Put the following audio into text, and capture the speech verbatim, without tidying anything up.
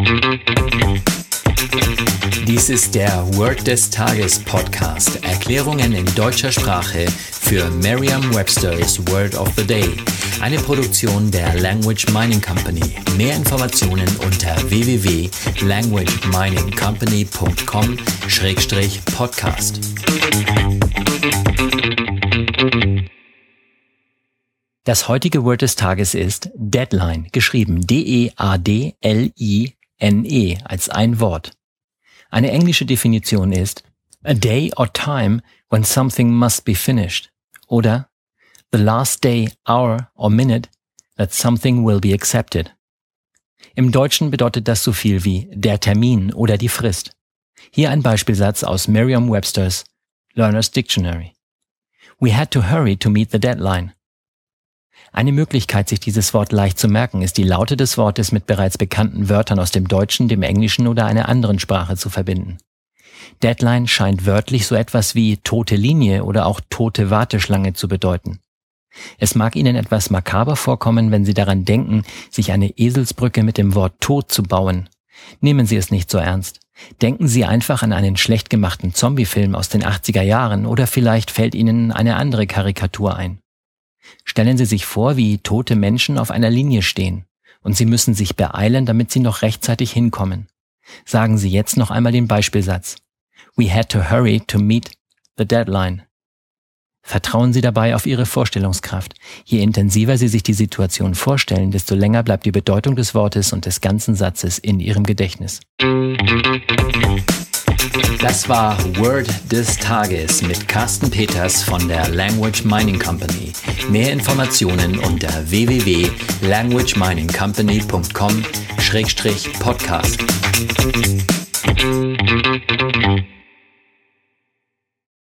Dies ist der Word des Tages Podcast. Erklärungen in deutscher Sprache für Merriam-Webster's Word of the Day. Eine Produktion der Language Mining Company. Mehr Informationen unter w w w punkt language mining company punkt com Schrägstrich Podcast. Das heutige Word des Tages ist Deadline, geschrieben D E A D L I N E als ein Wort. Eine englische Definition ist a day or time when something must be finished oder the last day, hour or minute that something will be accepted. Im Deutschen bedeutet das so viel wie der Termin oder die Frist. Hier ein Beispielsatz aus Merriam-Webster's Learner's Dictionary. We had to hurry to meet the deadline. Eine Möglichkeit, sich dieses Wort leicht zu merken, ist die Laute des Wortes mit bereits bekannten Wörtern aus dem Deutschen, dem Englischen oder einer anderen Sprache zu verbinden. Deadline scheint wörtlich so etwas wie tote Linie oder auch tote Warteschlange zu bedeuten. Es mag Ihnen etwas makaber vorkommen, wenn Sie daran denken, sich eine Eselsbrücke mit dem Wort tot zu bauen. Nehmen Sie es nicht so ernst. Denken Sie einfach an einen schlecht gemachten Zombiefilm aus den achtziger Jahren oder vielleicht fällt Ihnen eine andere Karikatur ein. Stellen Sie sich vor, wie tote Menschen auf einer Linie stehen und Sie müssen sich beeilen, damit Sie noch rechtzeitig hinkommen. Sagen Sie jetzt noch einmal den Beispielsatz. We had to hurry to meet the deadline. Vertrauen Sie dabei auf Ihre Vorstellungskraft. Je intensiver Sie sich die Situation vorstellen, desto länger bleibt die Bedeutung des Wortes und des ganzen Satzes in Ihrem Gedächtnis. Das war Word des Tages mit Carsten Peters von der Language Mining Company. Mehr Informationen unter w w w punkt language mining company punkt com Schrägstrich Podcast.